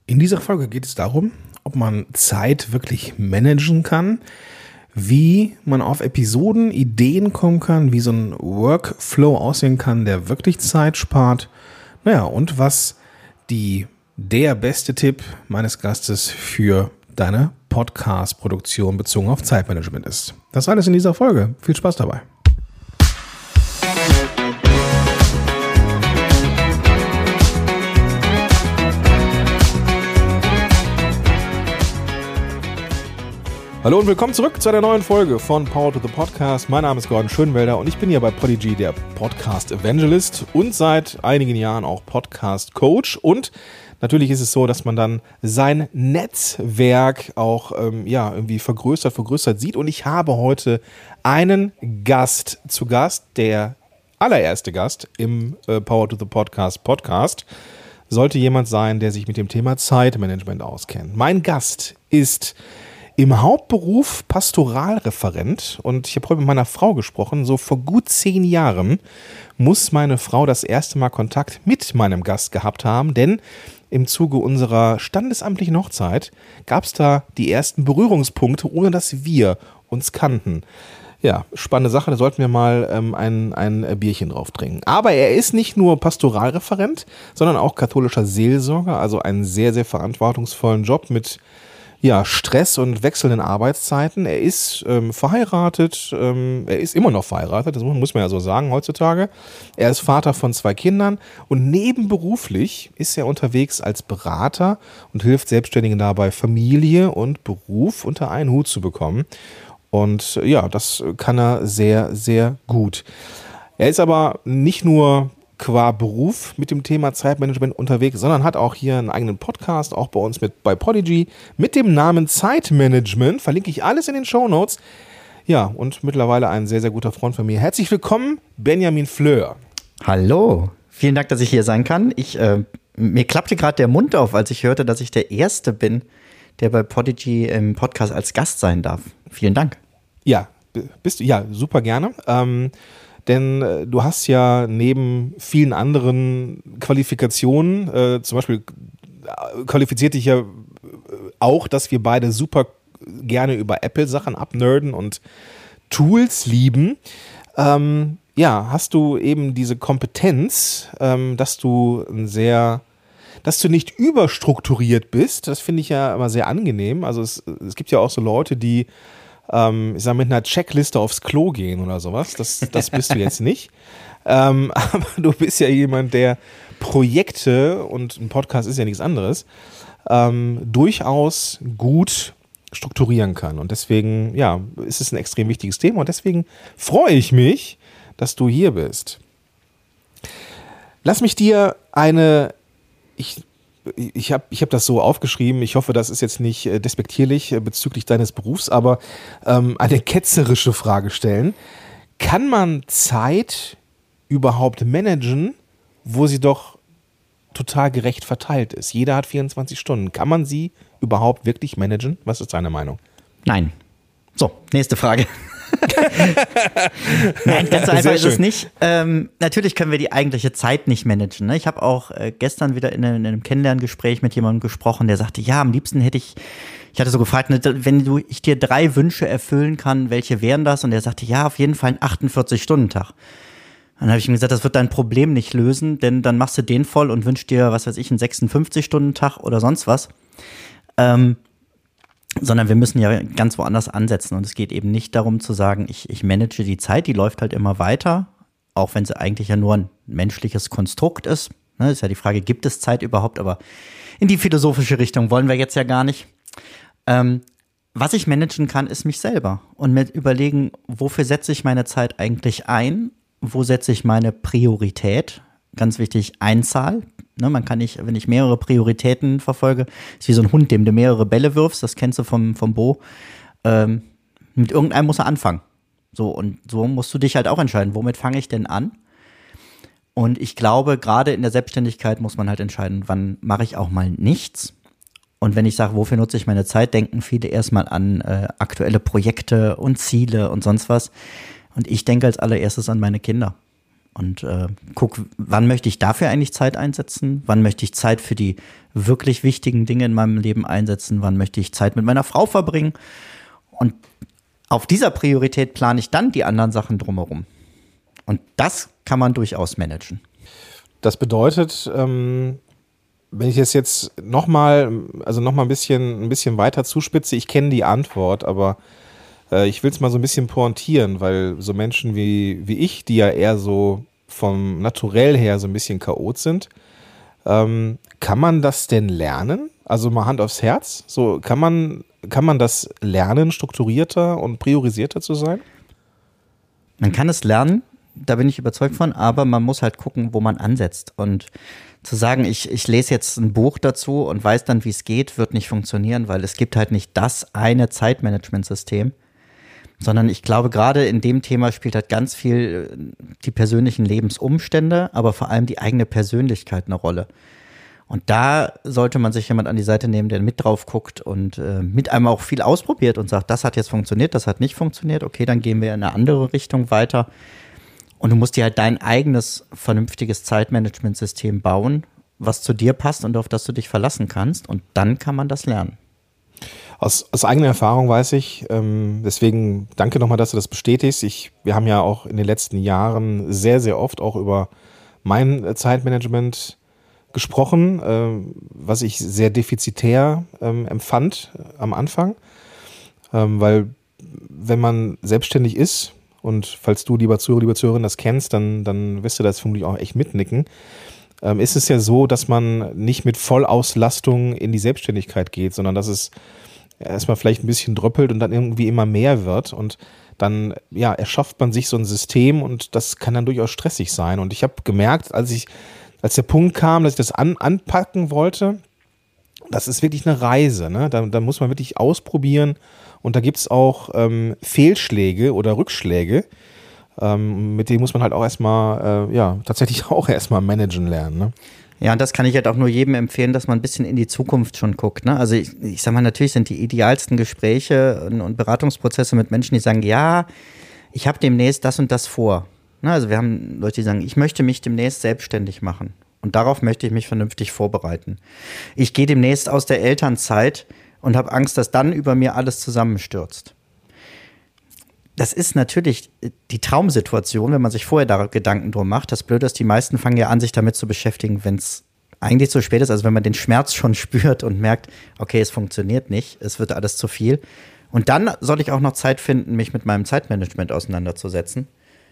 In dieser Folge geht es darum, ob man Zeit wirklich managen kann, wie man auf Episoden, Ideen kommen kann, wie so ein Workflow aussehen kann, der wirklich Zeit spart. Naja, und was der beste Tipp meines Gastes für deine Podcast-Produktion bezogen auf Zeitmanagement ist. Das alles in dieser Folge. Viel Spaß dabei. Hallo und willkommen zurück zu einer neuen Folge von Power to the Podcast. Mein Name ist Gordon Schönwelder und ich bin hier bei Podigy, der Podcast Evangelist und seit einigen Jahren auch Podcast Coach. Und natürlich ist es so, dass man dann sein Netzwerk auch irgendwie vergrößert sieht. Und ich habe heute einen Gast zu Gast, der allererste Gast im Power to the Podcast sollte jemand sein, der sich mit dem Thema Zeitmanagement auskennt. Mein Gast ist im Hauptberuf Pastoralreferent und ich habe heute mit meiner Frau gesprochen. So vor gut 10 Jahren muss meine Frau das erste Mal Kontakt mit meinem Gast gehabt haben, denn im Zuge unserer standesamtlichen Hochzeit gab es da die ersten Berührungspunkte, ohne dass wir uns kannten. Ja, spannende Sache, da sollten wir mal ein Bierchen drauf trinken. Aber er ist nicht nur Pastoralreferent, sondern auch katholischer Seelsorger, also einen sehr, sehr verantwortungsvollen Job mit Stress und wechselnden Arbeitszeiten. Er ist verheiratet, er ist immer noch verheiratet, das muss man ja so sagen heutzutage. Er ist Vater von 2 Kindern und nebenberuflich ist er unterwegs als Berater und hilft Selbstständigen dabei, Familie und Beruf unter einen Hut zu bekommen. Und ja, das kann er sehr, sehr gut. Er ist aber nicht nur qua Beruf mit dem Thema Zeitmanagement unterwegs, sondern hat auch hier einen eigenen Podcast, auch bei uns bei Podigy, mit dem Namen Zeitmanagement. Verlinke ich alles in den Shownotes. Ja, und mittlerweile ein sehr, sehr guter Freund von mir. Herzlich willkommen, Benjamin Fleur. Hallo, vielen Dank, dass ich hier sein kann. Mir klappte gerade der Mund auf, als ich hörte, dass ich der Erste bin, der bei Podigy im Podcast als Gast sein darf. Vielen Dank. Ja, bist du, ja, super gerne. Denn du hast ja neben vielen anderen Qualifikationen, zum Beispiel qualifiziert dich ja auch, dass wir beide super gerne über Apple-Sachen abnerden und Tools lieben. Hast du eben diese Kompetenz, dass du nicht überstrukturiert bist. Das finde ich ja immer sehr angenehm. Also es gibt ja auch so Leute, die mit einer Checkliste aufs Klo gehen oder sowas. Das bist du jetzt nicht. Aber du bist ja jemand, der Projekte, und ein Podcast ist ja nichts anderes, durchaus gut strukturieren kann. Und deswegen, ist es ein extrem wichtiges Thema. Und deswegen freue ich mich, dass du hier bist. Lass mich dir Ich hab das so aufgeschrieben, ich hoffe, das ist jetzt nicht despektierlich bezüglich deines Berufs, aber eine ketzerische Frage stellen. Kann man Zeit überhaupt managen, wo sie doch total gerecht verteilt ist? Jeder hat 24 Stunden. Kann man sie überhaupt wirklich managen? Was ist deine Meinung? Nein. So, nächste Frage. Nein, ganz so einfach ist es nicht. Natürlich können wir die eigentliche Zeit nicht managen. Ne? Ich habe auch gestern wieder in einem Kennenlerngespräch mit jemandem gesprochen, der sagte, ja, am liebsten ich hatte so gefragt, wenn ich dir 3 Wünsche erfüllen kann, welche wären das? Und er sagte, ja, auf jeden Fall ein 48-Stunden-Tag. Dann habe ich ihm gesagt, das wird dein Problem nicht lösen, denn dann machst du den voll und wünschst dir, was weiß ich, einen 56-Stunden-Tag oder sonst was. Sondern wir müssen ja ganz woanders ansetzen. Und es geht eben nicht darum zu sagen, ich manage die Zeit, die läuft halt immer weiter, auch wenn sie eigentlich ja nur ein menschliches Konstrukt ist. Ne, ist ja die Frage, gibt es Zeit überhaupt? Aber in die philosophische Richtung wollen wir jetzt ja gar nicht. Was ich managen kann, ist mich selber. Und mit überlegen, wofür setze ich meine Zeit eigentlich ein? Wo setze ich meine Priorität? Ganz wichtig, Einzahl. Ne, man kann nicht, wenn ich mehrere Prioritäten verfolge, ist wie so ein Hund, dem du mehrere Bälle wirfst, das kennst du vom Bo. Mit irgendeinem muss er anfangen. So, und so musst du dich halt auch entscheiden, womit fange ich denn an? Und ich glaube, gerade in der Selbstständigkeit muss man halt entscheiden, wann mache ich auch mal nichts. Und wenn ich sage, wofür nutze ich meine Zeit, denken viele erstmal an aktuelle Projekte und Ziele und sonst was. Und ich denke als allererstes an meine Kinder. Und guck, wann möchte ich dafür eigentlich Zeit einsetzen? Wann möchte ich Zeit für die wirklich wichtigen Dinge in meinem Leben einsetzen? Wann möchte ich Zeit mit meiner Frau verbringen? Und auf dieser Priorität plane ich dann die anderen Sachen drumherum. Und das kann man durchaus managen. Das bedeutet, wenn ich es jetzt noch mal ein bisschen weiter zuspitze, ich kenne die Antwort, aber ich will es mal so ein bisschen pointieren, weil so Menschen wie ich, die ja eher so vom Naturell her so ein bisschen Chaot sind, kann man das denn lernen? Also mal Hand aufs Herz, so kann man das lernen, strukturierter und priorisierter zu sein? Man kann es lernen, da bin ich überzeugt von, aber man muss halt gucken, wo man ansetzt. Und zu sagen, ich lese jetzt ein Buch dazu und weiß dann, wie es geht, wird nicht funktionieren, weil es gibt halt nicht das eine Zeitmanagementsystem, sondern ich glaube, gerade in dem Thema spielt halt ganz viel die persönlichen Lebensumstände, aber vor allem die eigene Persönlichkeit eine Rolle. Und da sollte man sich jemand an die Seite nehmen, der mit drauf guckt und mit einem auch viel ausprobiert und sagt, das hat jetzt funktioniert, das hat nicht funktioniert, okay, dann gehen wir in eine andere Richtung weiter. Und du musst dir halt dein eigenes vernünftiges Zeitmanagementsystem bauen, was zu dir passt und auf das du dich verlassen kannst. Und dann kann man das lernen. Aus eigener Erfahrung weiß ich, deswegen danke nochmal, dass du das bestätigst. Wir haben ja auch in den letzten Jahren sehr, sehr oft auch über mein Zeitmanagement gesprochen, was ich sehr defizitär empfand am Anfang. Weil wenn man selbstständig ist, und falls du, lieber Zuhörer, liebe Zuhörerin, das kennst, dann wirst du das vermutlich auch echt mitnicken, ist es ja so, dass man nicht mit Vollauslastung in die Selbstständigkeit geht, sondern dass es erstmal vielleicht ein bisschen dröppelt und dann irgendwie immer mehr wird und dann erschafft man sich so ein System und das kann dann durchaus stressig sein. Und ich habe gemerkt, als der Punkt kam, dass ich das anpacken wollte, das ist wirklich eine Reise, ne? Da muss man wirklich ausprobieren und da gibt es auch Fehlschläge oder Rückschläge, mit denen muss man halt auch erstmal, tatsächlich auch erstmal managen lernen, ne? Ja, und das kann ich halt auch nur jedem empfehlen, dass man ein bisschen in die Zukunft schon guckt, ne? Also ich sag mal, natürlich sind die idealsten Gespräche und Beratungsprozesse mit Menschen, die sagen, ja, ich habe demnächst das und das vor. Ne? Also wir haben Leute, die sagen, ich möchte mich demnächst selbstständig machen. Und darauf möchte ich mich vernünftig vorbereiten. Ich gehe demnächst aus der Elternzeit und habe Angst, dass dann über mir alles zusammenstürzt. Das ist natürlich die Traumsituation, wenn man sich vorher da Gedanken drum macht. Das Blöde ist, die meisten fangen ja an, sich damit zu beschäftigen, wenn es eigentlich zu spät ist. Also wenn man den Schmerz schon spürt und merkt, okay, es funktioniert nicht, es wird alles zu viel. Und dann soll ich auch noch Zeit finden, mich mit meinem Zeitmanagement auseinanderzusetzen.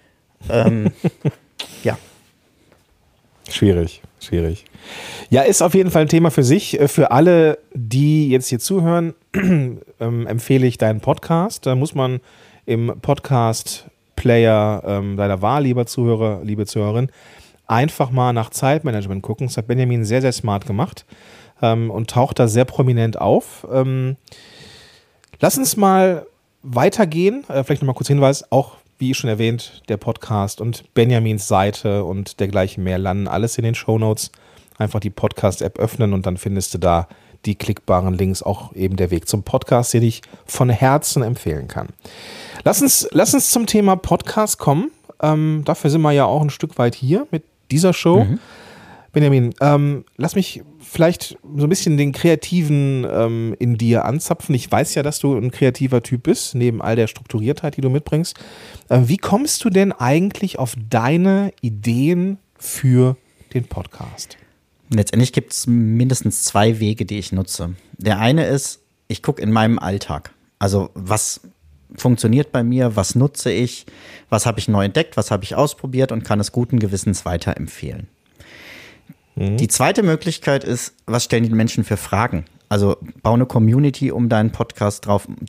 Ja. Schwierig. Ja, ist auf jeden Fall ein Thema für sich. Für alle, die jetzt hier zuhören, empfehle ich deinen Podcast. Da muss man im Podcast-Player deiner Wahl, lieber Zuhörer, liebe Zuhörerin, einfach mal nach Zeitmanagement gucken. Das hat Benjamin sehr, sehr smart gemacht und taucht da sehr prominent auf. Lass uns mal weitergehen. Vielleicht nochmal kurz Hinweis, auch wie schon erwähnt, der Podcast und Benjamins Seite und dergleichen mehr landen alles in den Shownotes. Einfach die Podcast-App öffnen und dann findest du da die klickbaren Links, auch eben der Weg zum Podcast, den ich von Herzen empfehlen kann. Lass uns zum Thema Podcast kommen. Dafür sind wir ja auch ein Stück weit hier mit dieser Show. Mhm. Benjamin, lass mich vielleicht so ein bisschen den Kreativen in dir anzapfen. Ich weiß ja, dass du ein kreativer Typ bist, neben all der Strukturiertheit, die du mitbringst. Wie kommst du denn eigentlich auf deine Ideen für den Podcast? Letztendlich gibt es mindestens 2 Wege, die ich nutze. Der eine ist, ich gucke in meinem Alltag. Also was funktioniert bei mir, was nutze ich, was habe ich neu entdeckt, was habe ich ausprobiert und kann es guten Gewissens weiterempfehlen. Die zweite Möglichkeit ist, was stellen die Menschen für Fragen? Also bau eine Community um deinen Podcast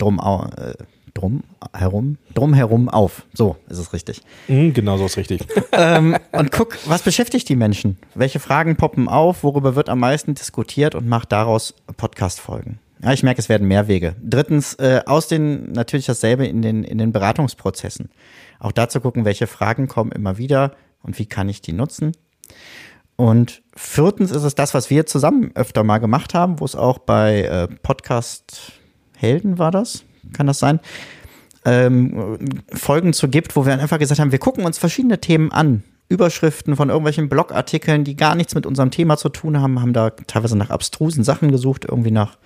drumherum auf. So ist es richtig. Genau so ist richtig. Und guck, was beschäftigt die Menschen? Welche Fragen poppen auf? Worüber wird am meisten diskutiert? Und mach daraus Podcast-Folgen. Ja, ich merke, es werden mehr Wege. Drittens, natürlich dasselbe in den Beratungsprozessen. Auch dazu gucken, welche Fragen kommen immer wieder und wie kann ich die nutzen? Und viertens ist es das, was wir zusammen öfter mal gemacht haben, wo es auch bei Podcast Helden war das, kann das sein, Folgen zu gibt, wo wir einfach gesagt haben, wir gucken uns verschiedene Themen an Überschriften von irgendwelchen Blogartikeln, die gar nichts mit unserem Thema zu tun haben, haben da teilweise nach abstrusen Sachen gesucht, irgendwie nach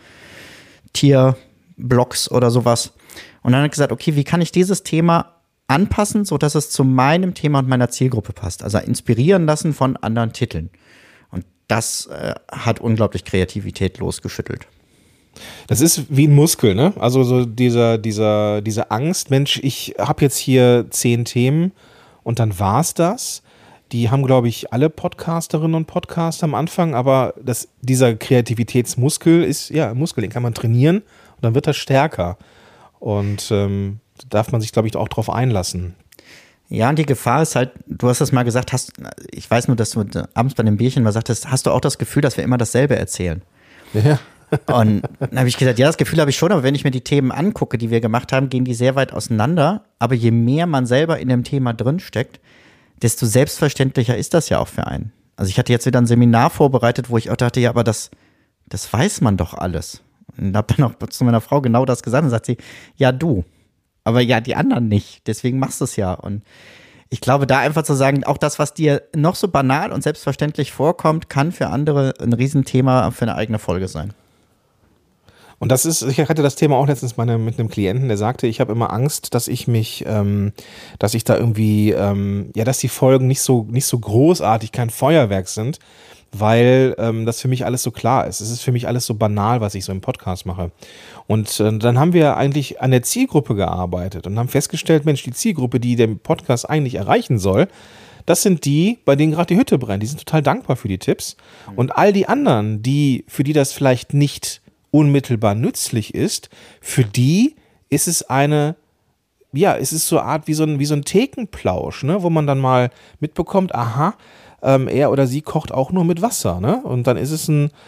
Tierblogs oder sowas. Und dann hat gesagt, okay, wie kann ich dieses Thema anpassen, sodass es zu meinem Thema und meiner Zielgruppe passt? Also inspirieren lassen von anderen Titeln. Und das hat unglaublich Kreativität losgeschüttelt. Das ist wie ein Muskel, ne? Also so diese Angst, Mensch, ich habe jetzt hier 10 Themen und dann war's das. Die haben, glaube ich, alle Podcasterinnen und Podcaster am Anfang, aber dieser Kreativitätsmuskel ist, ja, ein Muskel, den kann man trainieren und dann wird er stärker. Und darf man sich, glaube ich, auch drauf einlassen. Ja, und die Gefahr ist halt, du hast das mal gesagt, ich weiß nur, dass du abends bei einem Bierchen mal sagtest, hast du auch das Gefühl, dass wir immer dasselbe erzählen? Ja. Und dann habe ich gesagt, ja, das Gefühl habe ich schon, aber wenn ich mir die Themen angucke, die wir gemacht haben, gehen die sehr weit auseinander. Aber je mehr man selber in dem Thema drinsteckt, desto selbstverständlicher ist das ja auch für einen. Also ich hatte jetzt wieder ein Seminar vorbereitet, wo ich auch dachte, ja, aber das weiß man doch alles. Und habe dann auch zu meiner Frau genau das gesagt und sagt sie, ja, du, aber ja, die anderen nicht. Deswegen machst du es ja. Und ich glaube, da einfach zu sagen, auch das, was dir noch so banal und selbstverständlich vorkommt, kann für andere ein Riesenthema für eine eigene Folge sein. Und ich hatte das Thema auch letztens mit einem Klienten, der sagte, ich habe immer Angst, dass ich da irgendwie, dass die Folgen nicht so großartig, kein Feuerwerk sind, weil das für mich alles so klar ist. Es ist für mich alles so banal, was ich so im Podcast mache. Und dann haben wir eigentlich an der Zielgruppe gearbeitet und haben festgestellt, Mensch, die Zielgruppe, die den Podcast eigentlich erreichen soll, das sind die, bei denen gerade die Hütte brennt. Die sind total dankbar für die Tipps. Und all die anderen, für die das vielleicht nicht unmittelbar nützlich ist, für die ist es so eine Art wie so ein Thekenplausch, ne, wo man dann mal mitbekommt, aha, er oder sie kocht auch nur mit Wasser, ne? Und dann ist es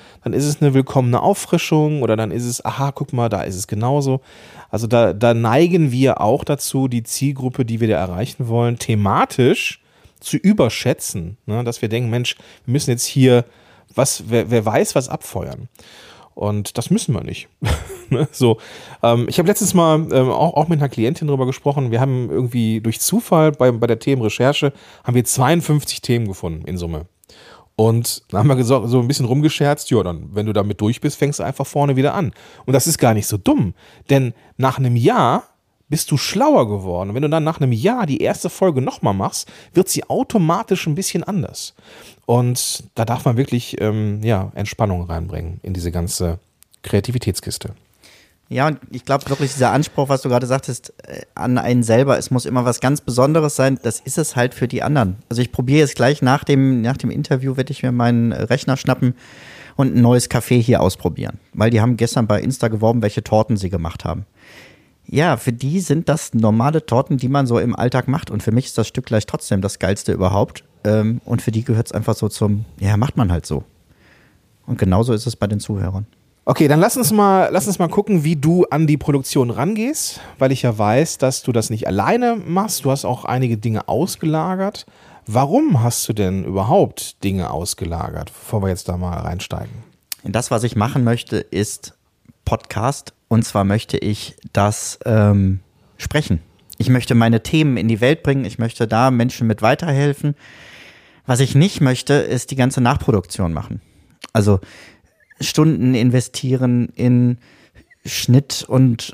eine willkommene Auffrischung oder dann ist es, aha, guck mal, da ist es genauso. Also da neigen wir auch dazu, die Zielgruppe, die wir da erreichen wollen, thematisch zu überschätzen, ne? Dass wir denken, Mensch, wir müssen jetzt hier wer weiß was abfeuern. Und das müssen wir nicht. So, ich habe letztens mal auch mit einer Klientin drüber gesprochen. Wir haben irgendwie durch Zufall bei der Themenrecherche haben wir 52 Themen gefunden in Summe. Und dann haben wir so ein bisschen rumgescherzt, ja, dann, wenn du damit durch bist, fängst du einfach vorne wieder an. Und das ist gar nicht so dumm, denn nach einem Jahr bist du schlauer geworden. Und wenn du dann nach einem Jahr die erste Folge nochmal machst, wird sie automatisch ein bisschen anders. Und da darf man wirklich Entspannung reinbringen in diese ganze Kreativitätskiste. Ja, und ich glaube wirklich, dieser Anspruch, was du gerade sagtest, an einen selber, es muss immer was ganz Besonderes sein, das ist es halt für die anderen. Also ich probiere jetzt gleich nach dem Interview, werde ich mir meinen Rechner schnappen und ein neues Café hier ausprobieren. Weil die haben gestern bei Insta geworben, welche Torten sie gemacht haben. Ja, für die sind das normale Torten, die man so im Alltag macht. Und für mich ist das Stück gleich trotzdem das Geilste überhaupt. Und für die gehört es einfach so macht man halt so. Und genauso ist es bei den Zuhörern. Okay, dann lass uns mal gucken, wie du an die Produktion rangehst, weil ich ja weiß, dass du das nicht alleine machst. Du hast auch einige Dinge ausgelagert. Warum hast du denn überhaupt Dinge ausgelagert, bevor wir jetzt da mal reinsteigen? Das, was ich machen möchte, ist Podcast. Und zwar möchte ich das sprechen. Ich möchte meine Themen in die Welt bringen. Ich möchte da Menschen mit weiterhelfen. Was ich nicht möchte, ist die ganze Nachproduktion machen. Also Stunden investieren in Schnitt und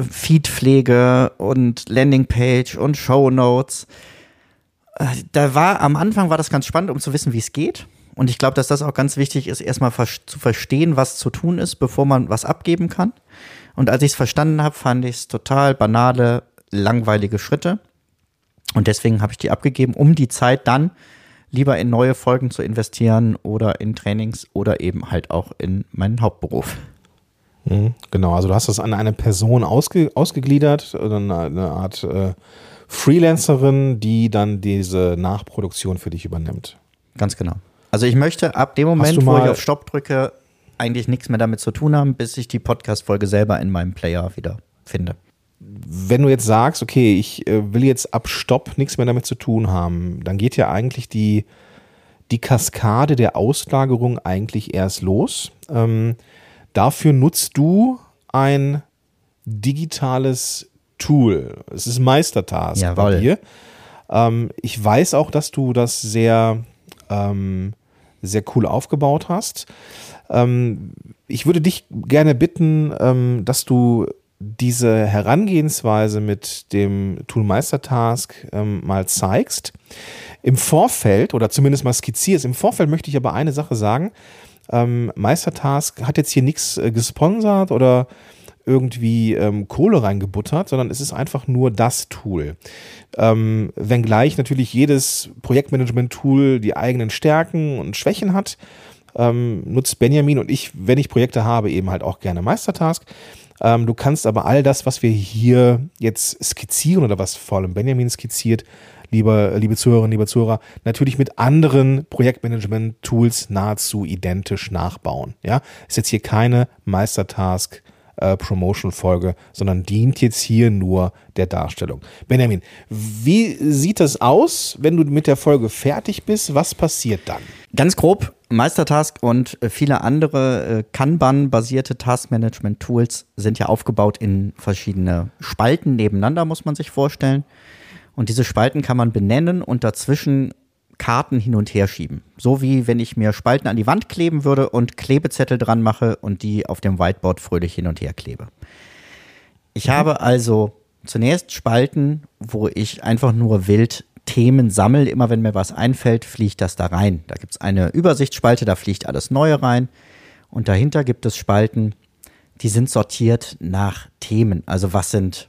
Feedpflege und Landingpage und Shownotes. Am Anfang war das ganz spannend, um zu wissen, wie es geht. Und ich glaube, dass das auch ganz wichtig ist, erstmal zu verstehen, was zu tun ist, bevor man was abgeben kann. Und als ich es verstanden habe, fand ich es total banale, langweilige Schritte. Und deswegen habe ich die abgegeben, um die Zeit dann lieber in neue Folgen zu investieren oder in Trainings oder eben halt auch in meinen Hauptberuf. Genau, also du hast das an eine Person ausgegliedert, oder eine Art Freelancerin, die dann diese Nachproduktion für dich übernimmt. Ganz genau. Also ich möchte ab dem Moment, wo ich auf Stopp drücke, eigentlich nichts mehr damit zu tun haben, bis ich die Podcast-Folge selber in meinem Player wieder finde. Wenn du jetzt sagst, okay, ich will jetzt ab Stopp nichts mehr damit zu tun haben, dann geht ja eigentlich die Kaskade der Auslagerung eigentlich erst los. Dafür nutzt du ein digitales Tool. Es ist Meistertask bei dir. Ich weiß auch, dass du das sehr, sehr cool aufgebaut hast. Ich würde dich gerne bitten, dass du diese Herangehensweise mit dem Tool Meistertask mal zeigst. Im Vorfeld, oder zumindest mal skizzierst, im Vorfeld möchte ich aber eine Sache sagen. Meistertask hat jetzt hier nichts gesponsert oder irgendwie Kohle reingebuttert, sondern es ist einfach nur das Tool. Wenngleich natürlich jedes Projektmanagement-Tool die eigenen Stärken und Schwächen hat, nutzt Benjamin und ich, wenn ich Projekte habe, eben halt auch gerne Meistertask. Du kannst aber all das, was wir hier jetzt skizzieren oder was vor allem Benjamin skizziert, liebe Zuhörerinnen, liebe Zuhörer, natürlich mit anderen Projektmanagement-Tools nahezu identisch nachbauen. Ja, ist jetzt hier keine Meistertask Promotion-Folge, sondern dient jetzt hier nur der Darstellung. Benjamin, wie sieht das aus, wenn du mit der Folge fertig bist? Was passiert dann? Ganz grob, Meistertask und viele andere Kanban-basierte Taskmanagement-Tools sind ja aufgebaut in verschiedene Spalten nebeneinander, muss man sich vorstellen. Und diese Spalten kann man benennen und dazwischen Karten hin und her schieben. So wie wenn ich mir Spalten an die Wand kleben würde und Klebezettel dran mache und die auf dem Whiteboard fröhlich hin und her klebe. Ich habe also zunächst Spalten, wo ich einfach nur wild Themen sammle. Immer wenn mir was einfällt, fliegt das da rein. Da gibt es eine Übersichtsspalte, da fliegt alles Neue rein. Und dahinter gibt es Spalten, die sind sortiert nach Themen. Also was sind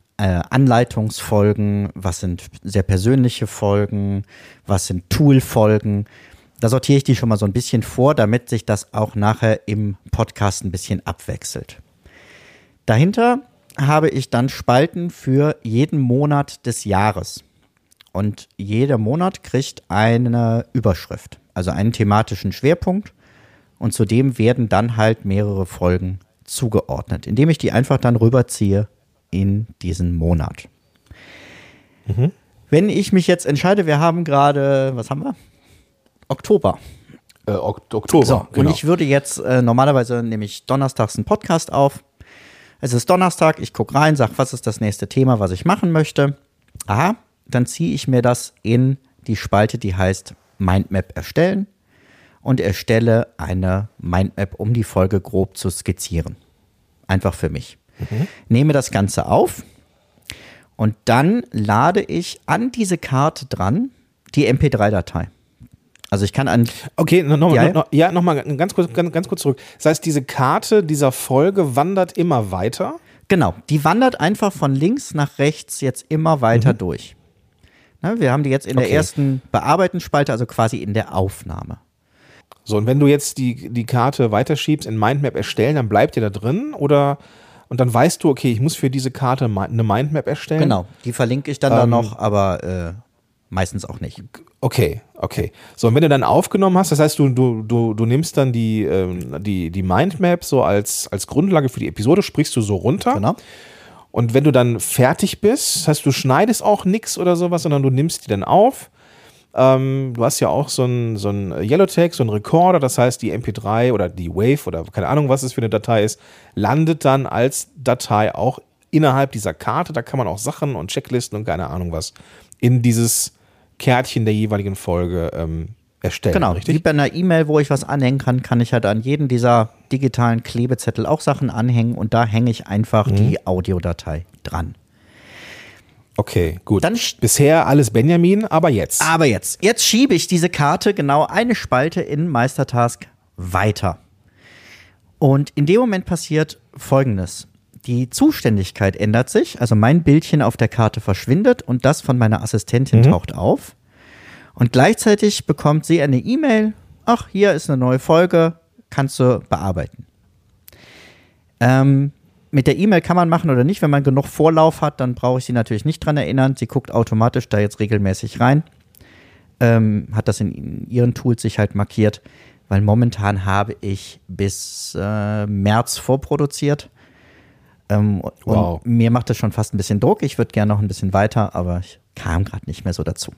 Anleitungsfolgen, was sind sehr persönliche Folgen, was sind Toolfolgen. Da sortiere ich die schon mal so ein bisschen vor, damit sich das auch nachher im Podcast ein bisschen abwechselt. Dahinter habe ich dann Spalten für jeden Monat des Jahres. Und jeder Monat kriegt eine Überschrift, also einen thematischen Schwerpunkt. Und zudem werden dann halt mehrere Folgen zugeordnet, indem ich die einfach dann rüberziehe in diesen Monat. Wenn ich mich jetzt entscheide, wir haben gerade, was haben wir? Oktober. Oktober, So, genau. Und ich würde jetzt, normalerweise nehme ich donnerstags einen Podcast auf. Es ist Donnerstag, ich gucke rein, sage, was ist das nächste Thema, was ich machen möchte. Aha, dann ziehe ich mir das in die Spalte, die heißt Mindmap erstellen und erstelle eine Mindmap, um die Folge grob zu skizzieren. Einfach für mich. Nehme das Ganze auf und dann lade ich an diese Karte dran die MP3-Datei. Also ich kann an... Okay, nochmal ganz kurz zurück. Das heißt, diese Karte dieser Folge wandert immer weiter? Genau, die wandert einfach von links nach rechts jetzt immer weiter durch. Na, wir haben die jetzt in der ersten Bearbeiten-Spalte, also quasi in der Aufnahme. So, und wenn du jetzt die Karte weiterschiebst in Mindmap erstellen, dann bleibt die da drin oder... Und dann weißt du, okay, ich muss für diese Karte eine Mindmap erstellen. Genau, die verlinke ich dann da noch, aber meistens auch nicht. Okay. So, und wenn du dann aufgenommen hast, das heißt, du nimmst dann die Mindmap so als Grundlage für die Episode, sprichst du so runter. Genau. Und wenn du dann fertig bist, das heißt, du schneidest auch nichts oder sowas, sondern du nimmst die dann auf. Du hast ja auch so ein Yellowtag, so ein Recorder, das heißt, die MP3 oder die Wave oder keine Ahnung, was es für eine Datei ist, landet dann als Datei auch innerhalb dieser Karte. Da kann man auch Sachen und Checklisten und keine Ahnung was in dieses Kärtchen der jeweiligen Folge erstellen. Genau, richtig? wie bei einer E-Mail, wo ich was anhängen kann, kann ich halt an jeden dieser digitalen Klebezettel auch Sachen anhängen und da hänge ich einfach die Audiodatei dran. Okay, gut. Dann bisher alles Benjamin, aber jetzt. Jetzt schiebe ich diese Karte genau eine Spalte in Meistertask weiter. Und in dem Moment passiert Folgendes. Die Zuständigkeit ändert sich, also mein Bildchen auf der Karte verschwindet und das von meiner Assistentin taucht auf. Und gleichzeitig bekommt sie eine E-Mail, ach, hier ist eine neue Folge, kannst du bearbeiten. Mit der E-Mail kann man machen oder nicht. Wenn man genug Vorlauf hat, dann brauche ich sie natürlich nicht dran erinnern. Sie guckt automatisch da jetzt regelmäßig rein. Hat das in ihren Tools sich halt markiert, weil momentan habe ich bis März vorproduziert. Wow. Und mir macht das schon fast ein bisschen Druck. Ich würde gerne noch ein bisschen weiter, aber ich kam gerade nicht mehr so dazu.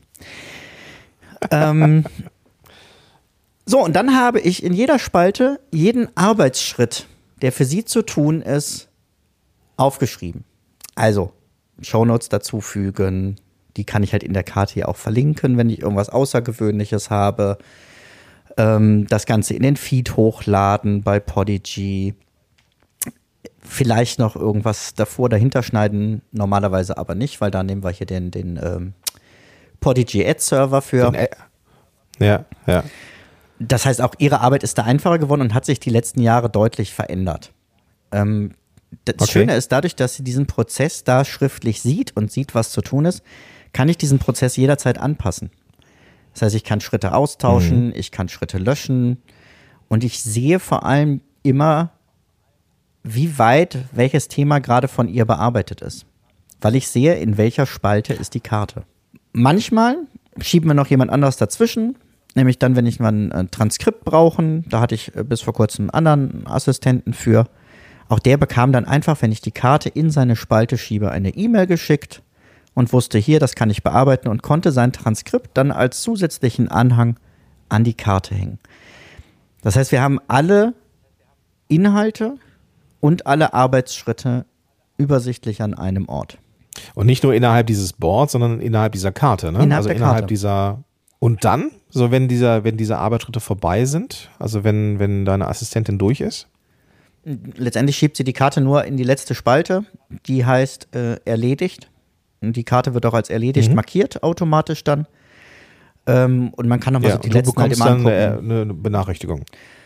So, und dann habe ich in jeder Spalte jeden Arbeitsschritt, der für Sie zu tun ist, aufgeschrieben. Also Shownotes dazufügen, Die kann ich halt in der Karte hier auch verlinken, wenn ich irgendwas Außergewöhnliches habe. Das Ganze in den Feed hochladen bei Podigy. Vielleicht noch irgendwas dahinter schneiden, normalerweise aber nicht, weil da nehmen wir hier den Podigy Ad Server für. Ja. Das heißt, auch ihre Arbeit ist da einfacher geworden und hat sich die letzten Jahre deutlich verändert. Das Schöne ist, dadurch, dass sie diesen Prozess da schriftlich sieht und sieht, was zu tun ist, kann ich diesen Prozess jederzeit anpassen. Das heißt, ich kann Schritte austauschen, ich kann Schritte löschen und ich sehe vor allem immer, wie weit welches Thema gerade von ihr bearbeitet ist. Weil ich sehe, in welcher Spalte ist die Karte. Manchmal schieben wir noch jemand anderes dazwischen, nämlich dann, wenn ich mal ein Transkript brauche. Da hatte ich bis vor kurzem einen anderen Assistenten für. Auch der bekam dann einfach, wenn ich die Karte in seine Spalte schiebe, eine E-Mail geschickt und wusste hier, das kann ich bearbeiten und konnte sein Transkript dann als zusätzlichen Anhang an die Karte hängen. Das heißt, wir haben alle Inhalte und alle Arbeitsschritte übersichtlich an einem Ort. Und nicht nur innerhalb dieses Boards, sondern innerhalb dieser Karte, ne? Innerhalb dieser. Und dann, so wenn diese Arbeitsschritte vorbei sind, also wenn deine Assistentin durch ist? Letztendlich schiebt sie die Karte nur in die letzte Spalte, die heißt erledigt. Und die Karte wird auch als erledigt markiert, automatisch dann. Und man kann nochmal so die letzten halt immer angucken. Du bekommst dann eine Benachrichtigung.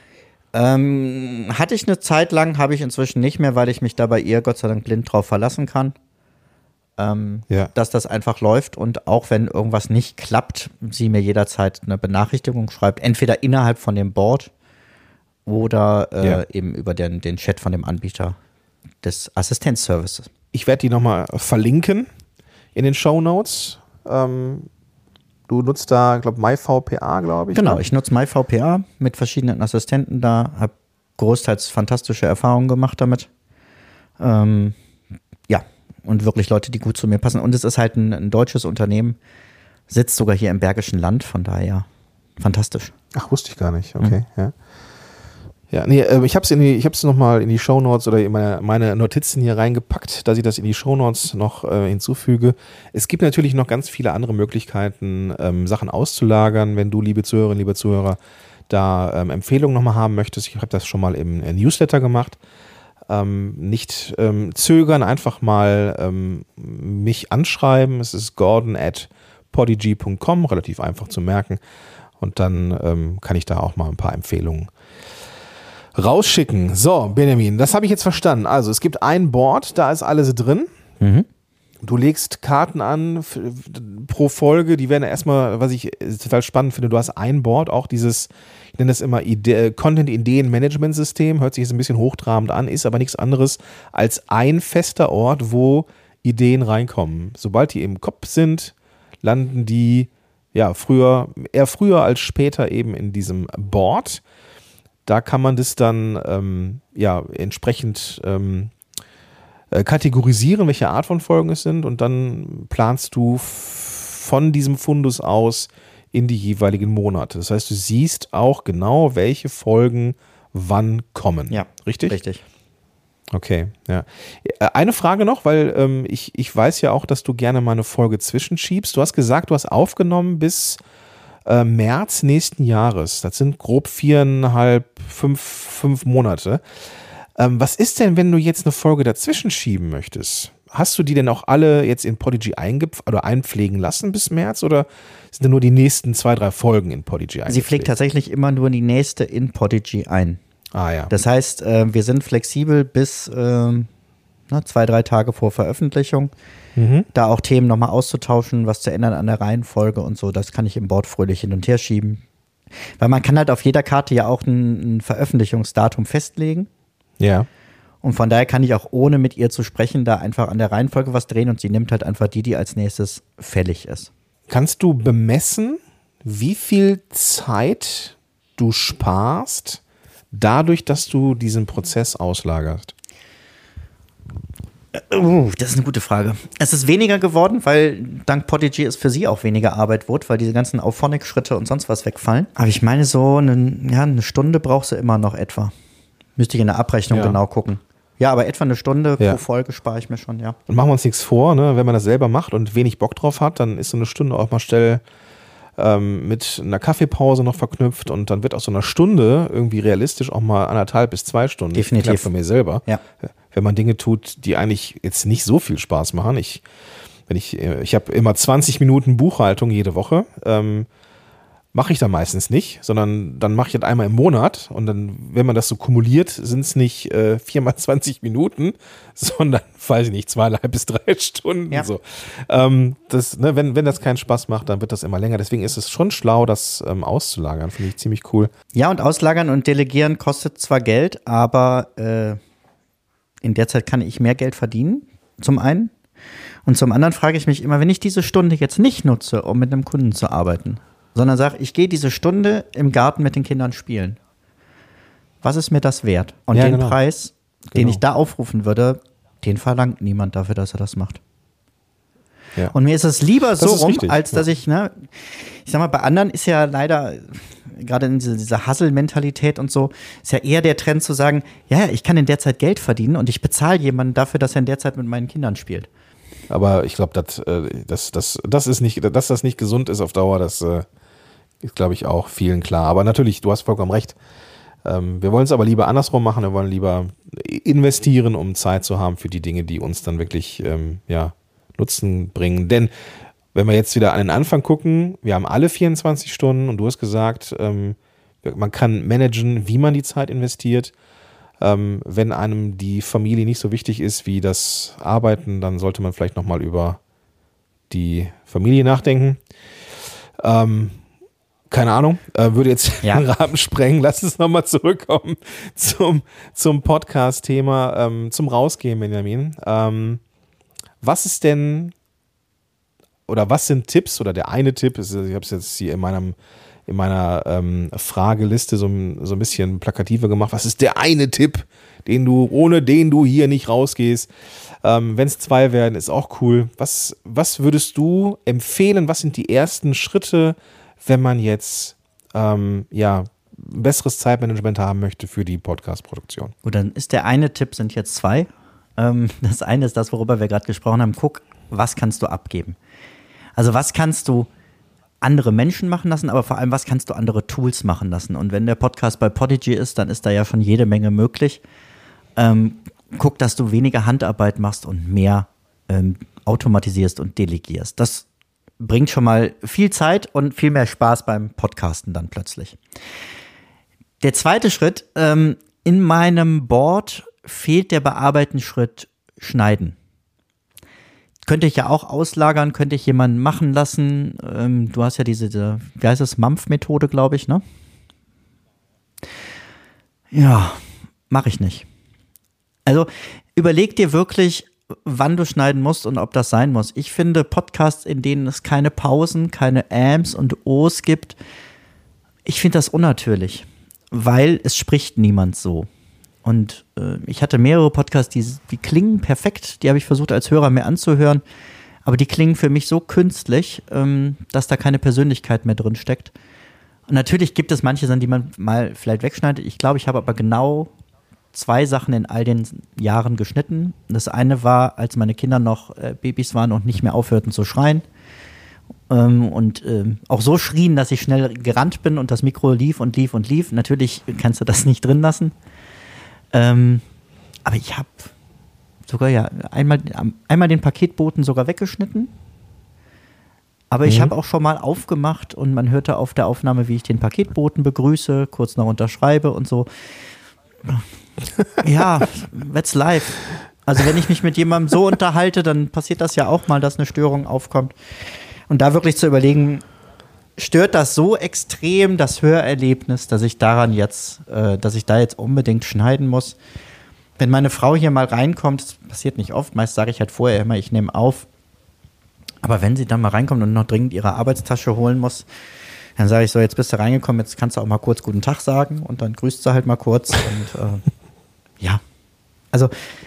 Hatte ich eine Zeit lang, habe ich inzwischen nicht mehr, weil ich mich da bei ihr Gott sei Dank blind drauf verlassen kann. Dass das einfach läuft und auch wenn irgendwas nicht klappt, sie mir jederzeit eine Benachrichtigung schreibt, entweder innerhalb von dem Board oder eben über den Chat von dem Anbieter des Assistenzservices. Ich werde die nochmal verlinken in den Shownotes. Du nutzt da, glaube ich, MyVPA, glaube ich. Genau, ich nutze MyVPA mit verschiedenen Assistenten da, habe großteils fantastische Erfahrungen gemacht damit. Und wirklich Leute, die gut zu mir passen. Und es ist halt ein deutsches Unternehmen, sitzt sogar hier im Bergischen Land, von daher fantastisch. Ach, wusste ich gar nicht, okay, Ja, nee, ich hab's nochmal in die Shownotes oder in meine Notizen hier reingepackt, dass ich das in die Shownotes noch hinzufüge. Es gibt natürlich noch ganz viele andere Möglichkeiten, Sachen auszulagern, wenn du, liebe Zuhörerinnen, liebe Zuhörer, da Empfehlungen nochmal haben möchtest. Ich habe das schon mal im Newsletter gemacht. Nicht zögern, einfach mal mich anschreiben. Es ist gordon@podigy.com, relativ einfach zu merken. Und dann kann ich da auch mal ein paar Empfehlungen rausschicken. So, Benjamin, das habe ich jetzt verstanden. Also es gibt ein Board, da ist alles drin. Du legst Karten an pro Folge, die werden erstmal, was ich total spannend finde, du hast ein Board, auch dieses, ich nenne das immer Content-Ideen-Management-System, hört sich jetzt ein bisschen hochtrabend an, ist aber nichts anderes als ein fester Ort, wo Ideen reinkommen. Sobald die im Kopf sind, landen die eher früher als später eben in diesem Board. Da kann man das dann entsprechend kategorisieren, welche Art von Folgen es sind und dann planst du von diesem Fundus aus in die jeweiligen Monate. Das heißt, du siehst auch genau, welche Folgen wann kommen. Ja, richtig? Richtig. Okay, ja. Eine Frage noch, weil ich weiß ja auch, dass du gerne mal eine Folge zwischenschiebst. Du hast gesagt, du hast aufgenommen bis März nächsten Jahres. Das sind grob 4,5, 5 Monate. Was ist denn, wenn du jetzt eine Folge dazwischen schieben möchtest? Hast du die denn auch alle jetzt in Podigy einpflegen lassen bis März oder sind denn nur die nächsten 2, 3 Folgen in Podigy eingepflegt? Sie pflegt tatsächlich immer nur die nächste in Podigy ein. Ah ja. Das heißt, wir sind flexibel bis 2, 3 Tage vor Veröffentlichung, da auch Themen nochmal auszutauschen, was zu ändern an der Reihenfolge und so. Das kann ich im Board fröhlich hin und her schieben. Weil man kann halt auf jeder Karte ja auch ein Veröffentlichungsdatum festlegen. Ja. Und von daher kann ich auch ohne mit ihr zu sprechen da einfach an der Reihenfolge was drehen und sie nimmt halt einfach die als nächstes fällig ist. Kannst du bemessen, wie viel Zeit du sparst, dadurch, dass du diesen Prozess auslagerst? Das ist eine gute Frage. Es ist weniger geworden, weil dank Podigy es für sie auch weniger Arbeit wird, weil diese ganzen Auphonic-Schritte und sonst was wegfallen. Aber ich meine, so eine Stunde brauchst du immer noch etwa. Müsste ich in der Abrechnung genau gucken. Ja, aber etwa eine Stunde pro Folge spare ich mir schon, ja. Und machen wir uns nichts vor, ne? Wenn man das selber macht und wenig Bock drauf hat, dann ist so eine Stunde auch mal schnell mit einer Kaffeepause noch verknüpft und dann wird aus so einer Stunde irgendwie realistisch auch mal 1,5 bis 2 Stunden. Definitiv. Von mir selber. Ja. Wenn man Dinge tut, die eigentlich jetzt nicht so viel Spaß machen. Ich habe immer 20 Minuten Buchhaltung jede Woche. Mache ich dann meistens nicht, sondern dann mache ich das einmal im Monat und dann, wenn man das so kumuliert, sind es nicht 4 mal 20 Minuten, sondern, weiß ich nicht, 2,5 bis 3 Stunden. Ja. So. Wenn das keinen Spaß macht, dann wird das immer länger. Deswegen ist es schon schlau, das auszulagern. Finde ich ziemlich cool. Ja, und auslagern und delegieren kostet zwar Geld, aber in der Zeit kann ich mehr Geld verdienen, zum einen. Und zum anderen frage ich mich immer, wenn ich diese Stunde jetzt nicht nutze, um mit einem Kunden zu arbeiten, sondern sage, ich gehe diese Stunde im Garten mit den Kindern spielen. Was ist mir das wert? Und den Preis, den ich da aufrufen würde, den verlangt niemand dafür, dass er das macht. Ja. Und mir ist es lieber so rum, als dass ich sag mal, bei anderen ist ja leider, gerade in dieser Hustle-Mentalität und so, ist ja eher der Trend zu sagen, ja, ich kann in der Zeit Geld verdienen und ich bezahle jemanden dafür, dass er in der Zeit mit meinen Kindern spielt. Aber ich glaube, dass das nicht gesund ist auf Dauer, das ist, glaube ich, auch vielen klar. Aber natürlich, du hast vollkommen recht. Wir wollen es aber lieber andersrum machen. Wir wollen lieber investieren, um Zeit zu haben für die Dinge, die uns dann wirklich Nutzen bringen. Denn wenn wir jetzt wieder an den Anfang gucken, wir haben alle 24 Stunden und du hast gesagt, man kann managen, wie man die Zeit investiert. Wenn einem die Familie nicht so wichtig ist wie das Arbeiten, dann sollte man vielleicht nochmal über die Familie nachdenken. Keine Ahnung, würde jetzt den Rahmen sprengen. Lass uns nochmal zurückkommen zum Podcast-Thema, zum Rausgehen, Benjamin. Was ist denn, oder was sind Tipps, oder der eine Tipp, ich habe es jetzt hier in meiner Frageliste so ein bisschen plakativer gemacht. Was ist der eine Tipp, ohne den du hier nicht rausgehst? Wenn es 2 werden, ist auch cool. Was würdest du empfehlen? Was sind die ersten Schritte, wenn man jetzt ein besseres Zeitmanagement haben möchte für die Podcast-Produktion? Gut, dann ist der eine Tipp, sind jetzt 2. Das eine ist das, worüber wir gerade gesprochen haben. Guck, was kannst du abgeben? Also was kannst du andere Menschen machen lassen, aber vor allem, was kannst du andere Tools machen lassen? Und wenn der Podcast bei Podigy ist, dann ist da ja schon jede Menge möglich. Guck, dass du weniger Handarbeit machst und mehr automatisierst und delegierst. Das bringt schon mal viel Zeit und viel mehr Spaß beim Podcasten dann plötzlich. Der zweite Schritt, in meinem Board fehlt der Bearbeiten-Schritt Schneiden. Könnte ich ja auch auslagern, könnte ich jemanden machen lassen. Du hast ja diese wie heißt das, Mampf-Methode, glaube ich, ne? Ja, mache ich nicht. Also überleg dir wirklich, wann du schneiden musst und ob das sein muss. Ich finde Podcasts, in denen es keine Pausen, keine Ams und O's gibt, ich finde das unnatürlich, weil es spricht niemand so. Und ich hatte mehrere Podcasts, die klingen perfekt, die habe ich versucht als Hörer mir anzuhören, aber die klingen für mich so künstlich, dass da keine Persönlichkeit mehr drin steckt. Und natürlich gibt es manche, die man mal vielleicht wegschneidet. Ich glaube, ich habe aber genau 2 Sachen in all den Jahren geschnitten. Das eine war, als meine Kinder noch Babys waren und nicht mehr aufhörten zu schreien. Und auch so schrien, dass ich schnell gerannt bin und das Mikro lief und lief und lief. Natürlich kannst du das nicht drin lassen. Aber ich habe sogar einmal den Paketboten sogar weggeschnitten. Aber ich habe auch schon mal aufgemacht und man hörte auf der Aufnahme, wie ich den Paketboten begrüße, kurz noch unterschreibe und so. Ja, that's life. Also wenn ich mich mit jemandem so unterhalte, dann passiert das ja auch mal, dass eine Störung aufkommt. Und da wirklich zu überlegen, stört das so extrem das Hörerlebnis, dass ich da jetzt unbedingt schneiden muss. Wenn meine Frau hier mal reinkommt, das passiert nicht oft, meist sage ich halt vorher immer, ich nehme auf. Aber wenn sie dann mal reinkommt und noch dringend ihre Arbeitstasche holen muss, dann sage ich so, jetzt bist du reingekommen, jetzt kannst du auch mal kurz guten Tag sagen und dann grüßt sie halt mal kurz und ja. Also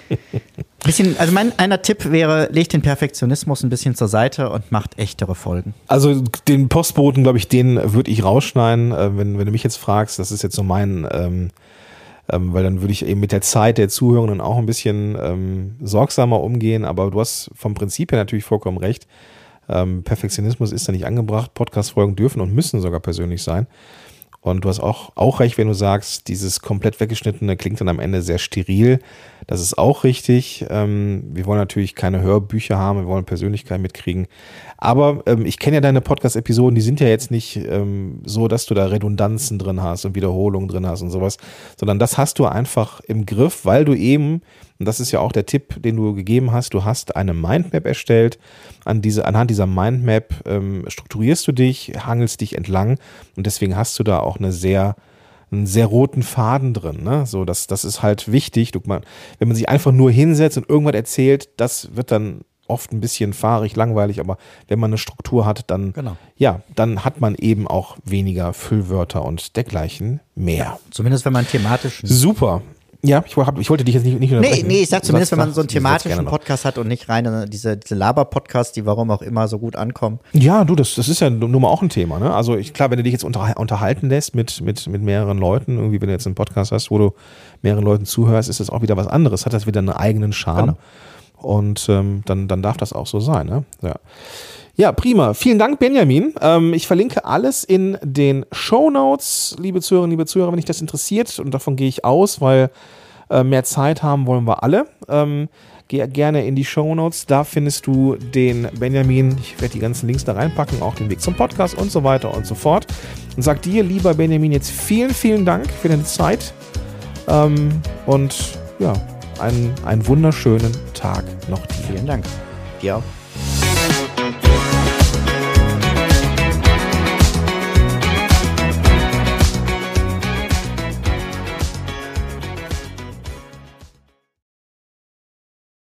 einer Tipp wäre, legt den Perfektionismus ein bisschen zur Seite und macht echtere Folgen. Also den Postboten, glaube ich, den würde ich rausschneiden, wenn du mich jetzt fragst. Das ist jetzt so mein weil dann würde ich eben mit der Zeit der Zuhörenden auch ein bisschen sorgsamer umgehen, aber du hast vom Prinzip her natürlich vollkommen recht. Perfektionismus ist da nicht angebracht, Podcast-Folgen dürfen und müssen sogar persönlich sein. Und du hast auch recht, wenn du sagst, dieses komplett weggeschnittene klingt dann am Ende sehr steril. Das ist auch richtig. Wir wollen natürlich keine Hörbücher haben, wir wollen Persönlichkeit mitkriegen. Aber ich kenne ja deine Podcast-Episoden, die sind ja jetzt nicht so, dass du da Redundanzen drin hast und Wiederholungen drin hast und sowas, sondern das hast du einfach im Griff, weil du eben, und das ist ja auch der Tipp, den du gegeben hast, du hast eine Mindmap erstellt. Anhand dieser Mindmap strukturierst du dich, hangelst dich entlang und deswegen hast du da auch einen sehr roten Faden drin. Ne? So, das ist halt wichtig. Wenn man sich einfach nur hinsetzt und irgendwas erzählt, das wird dann oft ein bisschen fahrig, langweilig, aber wenn man eine Struktur hat, dann, dann hat man eben auch weniger Füllwörter und dergleichen mehr. Ja, zumindest wenn man thematischen. Super. Ja, ich wollte dich jetzt nicht unterbrechen. Nee, ich sag zumindest, wenn man so einen thematischen Podcast hat und nicht rein diese Laber-Podcasts, die warum auch immer so gut ankommen. Ja, du, das ist ja nun mal auch ein Thema, ne? Also klar, wenn du dich jetzt unterhalten lässt mit mehreren Leuten, irgendwie, wenn du jetzt einen Podcast hast, wo du mehreren Leuten zuhörst, ist das auch wieder was anderes, hat das wieder einen eigenen Charme. Genau. Und dann darf das auch so sein, ne? Ja, prima. Vielen Dank, Benjamin. Ich verlinke alles in den Shownotes, liebe Zuhörerinnen, liebe Zuhörer, wenn dich das interessiert. Und davon gehe ich aus, weil mehr Zeit haben wollen wir alle. Geh gerne in die Shownotes. Da findest du den Benjamin. Ich werde die ganzen Links da reinpacken, auch den Weg zum Podcast und so weiter und so fort. Und sag dir, lieber Benjamin, jetzt vielen, vielen Dank für deine Zeit. Und ja, einen wunderschönen Tag noch dir. Vielen Dank. Dir auch.